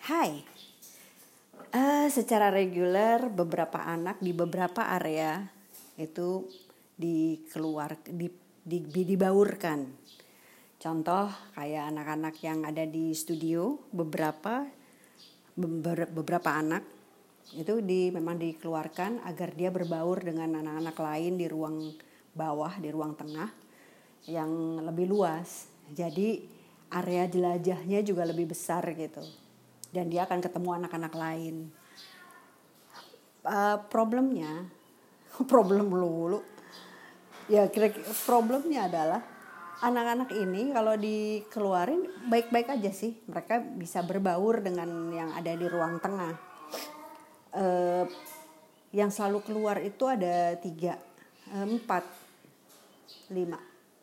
Hai, secara reguler beberapa anak di beberapa area itu dibaurkan. Contoh kayak anak-anak yang ada di studio, beberapa anak itu memang dikeluarkan agar dia berbaur dengan anak-anak lain di ruang bawah, di ruang tengah yang lebih luas. Jadi area jelajahnya juga lebih besar gitu. Dan dia akan ketemu anak-anak lain. Problem lulu. Ya kira-kira problemnya adalah anak-anak ini kalau dikeluarin baik-baik aja sih. Mereka bisa berbaur dengan yang ada di ruang tengah. Yang selalu keluar itu ada 5.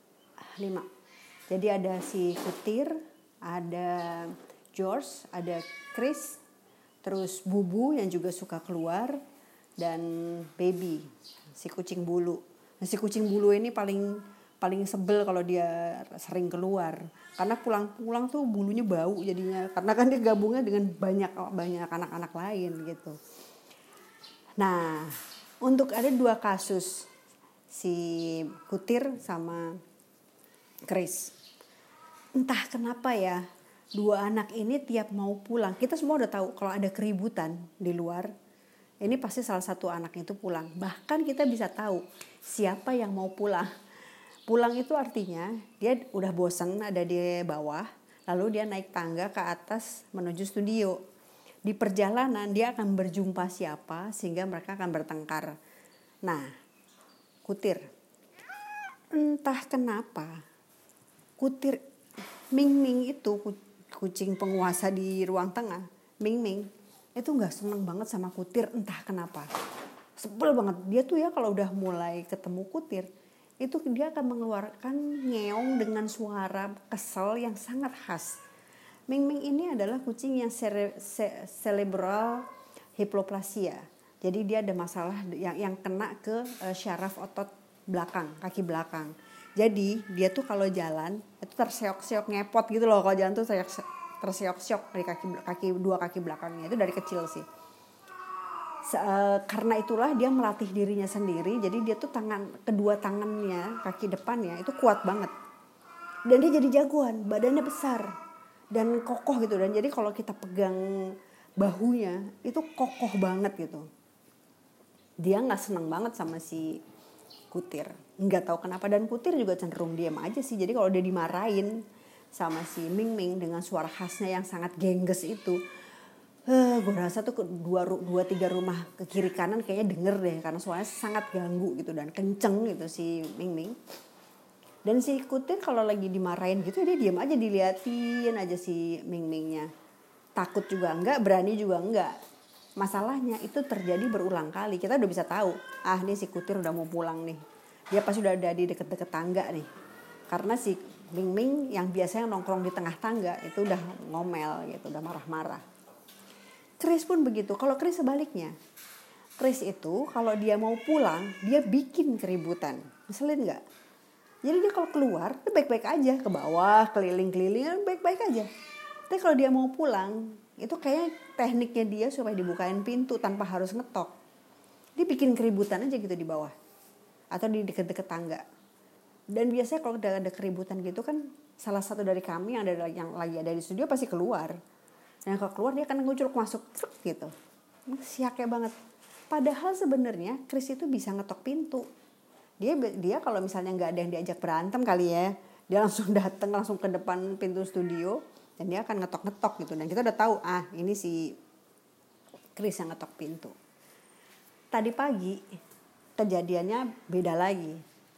Jadi ada si Kutir, ada George, ada Chris, terus Bubu yang juga suka keluar, dan Baby, si kucing bulu. Nah, si kucing bulu ini paling sebel kalau dia sering keluar, karena pulang-pulang tuh bulunya bau jadinya, karena kan dia gabungnya dengan banyak anak-anak lain gitu. Nah, untuk ada 2 kasus si Kutir sama Chris, entah kenapa ya 2 anak ini tiap mau pulang, kita semua udah tahu kalau ada keributan di luar, ini pasti salah satu anak itu pulang. Bahkan kita bisa tahu siapa yang mau pulang. Pulang itu artinya dia udah bosan ada di bawah, lalu dia naik tangga ke atas menuju studio. Di perjalanan dia akan berjumpa siapa sehingga mereka akan bertengkar. Nah, Kutir, entah kenapa Kutir Ming itu kucing penguasa di ruang tengah, Ming itu nggak seneng banget sama Kutir, entah kenapa. Sebel banget dia tuh ya, kalau udah mulai ketemu Kutir itu dia akan mengeluarkan ngeong dengan suara kesel yang sangat khas. Ming ini adalah kucing yang cerebral hypoplasia. Jadi dia ada masalah yang kena ke syaraf otot belakang, kaki belakang. Jadi dia tuh kalau jalan itu terseok-seok ngepot gitu loh, kalau jalan tuh terseok-seok dari dua kaki belakangnya, itu dari kecil sih. Karena itulah dia melatih dirinya sendiri. Jadi dia tuh kedua tangannya, kaki depannya itu kuat banget. Dan dia jadi jagoan, badannya besar dan kokoh gitu. Dan jadi kalau kita pegang bahunya itu kokoh banget gitu. Dia nggak seneng banget sama si Kutir, nggak tahu kenapa. Dan Kutir juga cenderung diam aja sih. Jadi kalau dia dimarahin sama si Ming dengan suara khasnya yang sangat gengges itu, gue rasa tuh 2-3 rumah ke kiri kanan kayaknya denger deh, karena suaranya sangat ganggu gitu dan kenceng gitu si Ming. Dan si Kutir kalau lagi dimarahin gitu dia diam aja, diliatin aja si Ming-nya. Takut juga enggak, berani juga enggak. Masalahnya itu terjadi berulang kali. Kita udah bisa tahu, nih si Kutir udah mau pulang nih. Dia pasti udah ada di deket-deket tangga nih. Karena si Ming yang biasanya nongkrong di tengah tangga itu udah ngomel gitu, udah marah-marah. Chris pun begitu. Kalau Chris sebaliknya. Chris itu kalau dia mau pulang, dia bikin keributan. Ngeselin gak? Jadi dia kalau keluar, dia baik-baik aja. Ke bawah, keliling-keliling, baik-baik aja. Tapi kalau dia mau pulang, itu kayaknya tekniknya dia supaya dibukain pintu tanpa harus ngetok. Dia bikin keributan aja gitu di bawah. Atau di deket-deket tangga. Dan biasanya kalau ada keributan gitu kan, salah satu dari kami yang lagi ada di studio pasti keluar. Dan kalau keluar dia akan nguculuk masuk gitu. Siaknya banget. Padahal sebenarnya Chris itu bisa ngetok pintu. Dia kalau misalnya nggak ada yang diajak berantem kali ya, dia langsung datang langsung ke depan pintu studio dan dia akan ngetok gitu. Dan kita udah tahu, ini si Chris yang ngetok pintu. Tadi pagi kejadiannya beda lagi.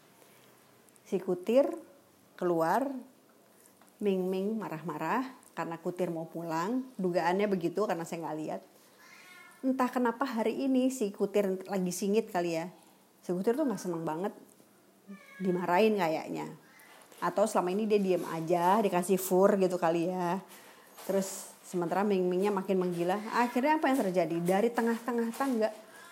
Si Kutir keluar, Ming marah-marah karena Kutir mau pulang. Dugaannya begitu karena saya nggak lihat. Entah kenapa hari ini si Kutir lagi singit kali ya. Si Kutir tuh nggak seneng banget dimarahin kayaknya. Atau selama ini dia diam aja, dikasih fur gitu kali ya. Terus sementara Ming-nya makin menggila. Akhirnya apa yang terjadi? Dari tengah-tengah tangga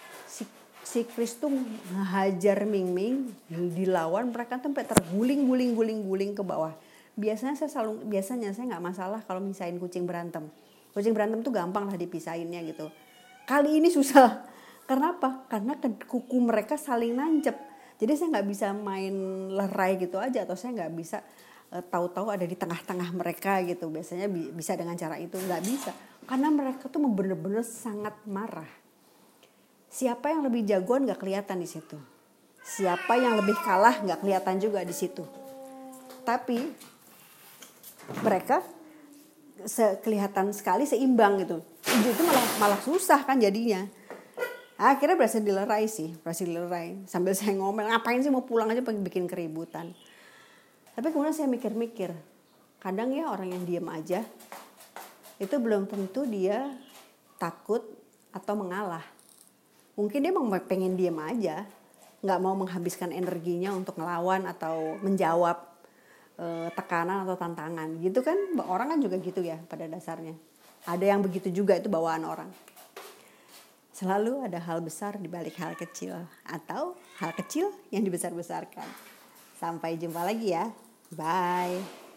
si Chris tuh ngehajar Ming dilawan, mereka sampai terguling ke bawah. Biasanya saya nggak masalah kalau misahin kucing berantem. Kucing berantem tuh gampang lah dipisahinnya gitu. Kali ini susah. Karena apa? Karena kuku mereka saling nancep. Jadi saya nggak bisa main lerai gitu aja, atau saya nggak bisa tahu-tahu ada di tengah-tengah mereka gitu. Biasanya bisa dengan cara itu, nggak bisa. Karena mereka tuh bener-bener sangat marah. Siapa yang lebih jagoan nggak kelihatan di situ. Siapa yang lebih kalah nggak kelihatan juga di situ. Tapi mereka kelihatan sekali seimbang gitu. Itu malah susah kan jadinya. Akhirnya berhasil dilerai. Sambil saya ngomel, ngapain sih mau pulang aja pengen bikin keributan. Tapi kemudian saya mikir-mikir, kadang ya orang yang diam aja itu belum tentu dia takut atau mengalah. Mungkin dia emang pengen diam aja, nggak mau menghabiskan energinya untuk ngelawan atau menjawab tekanan atau tantangan. Gitu kan, orang kan juga gitu ya pada dasarnya. Ada yang begitu juga, itu bawaan orang. Selalu ada hal besar di balik hal kecil, atau hal kecil yang dibesar-besarkan. Sampai jumpa lagi ya. Bye.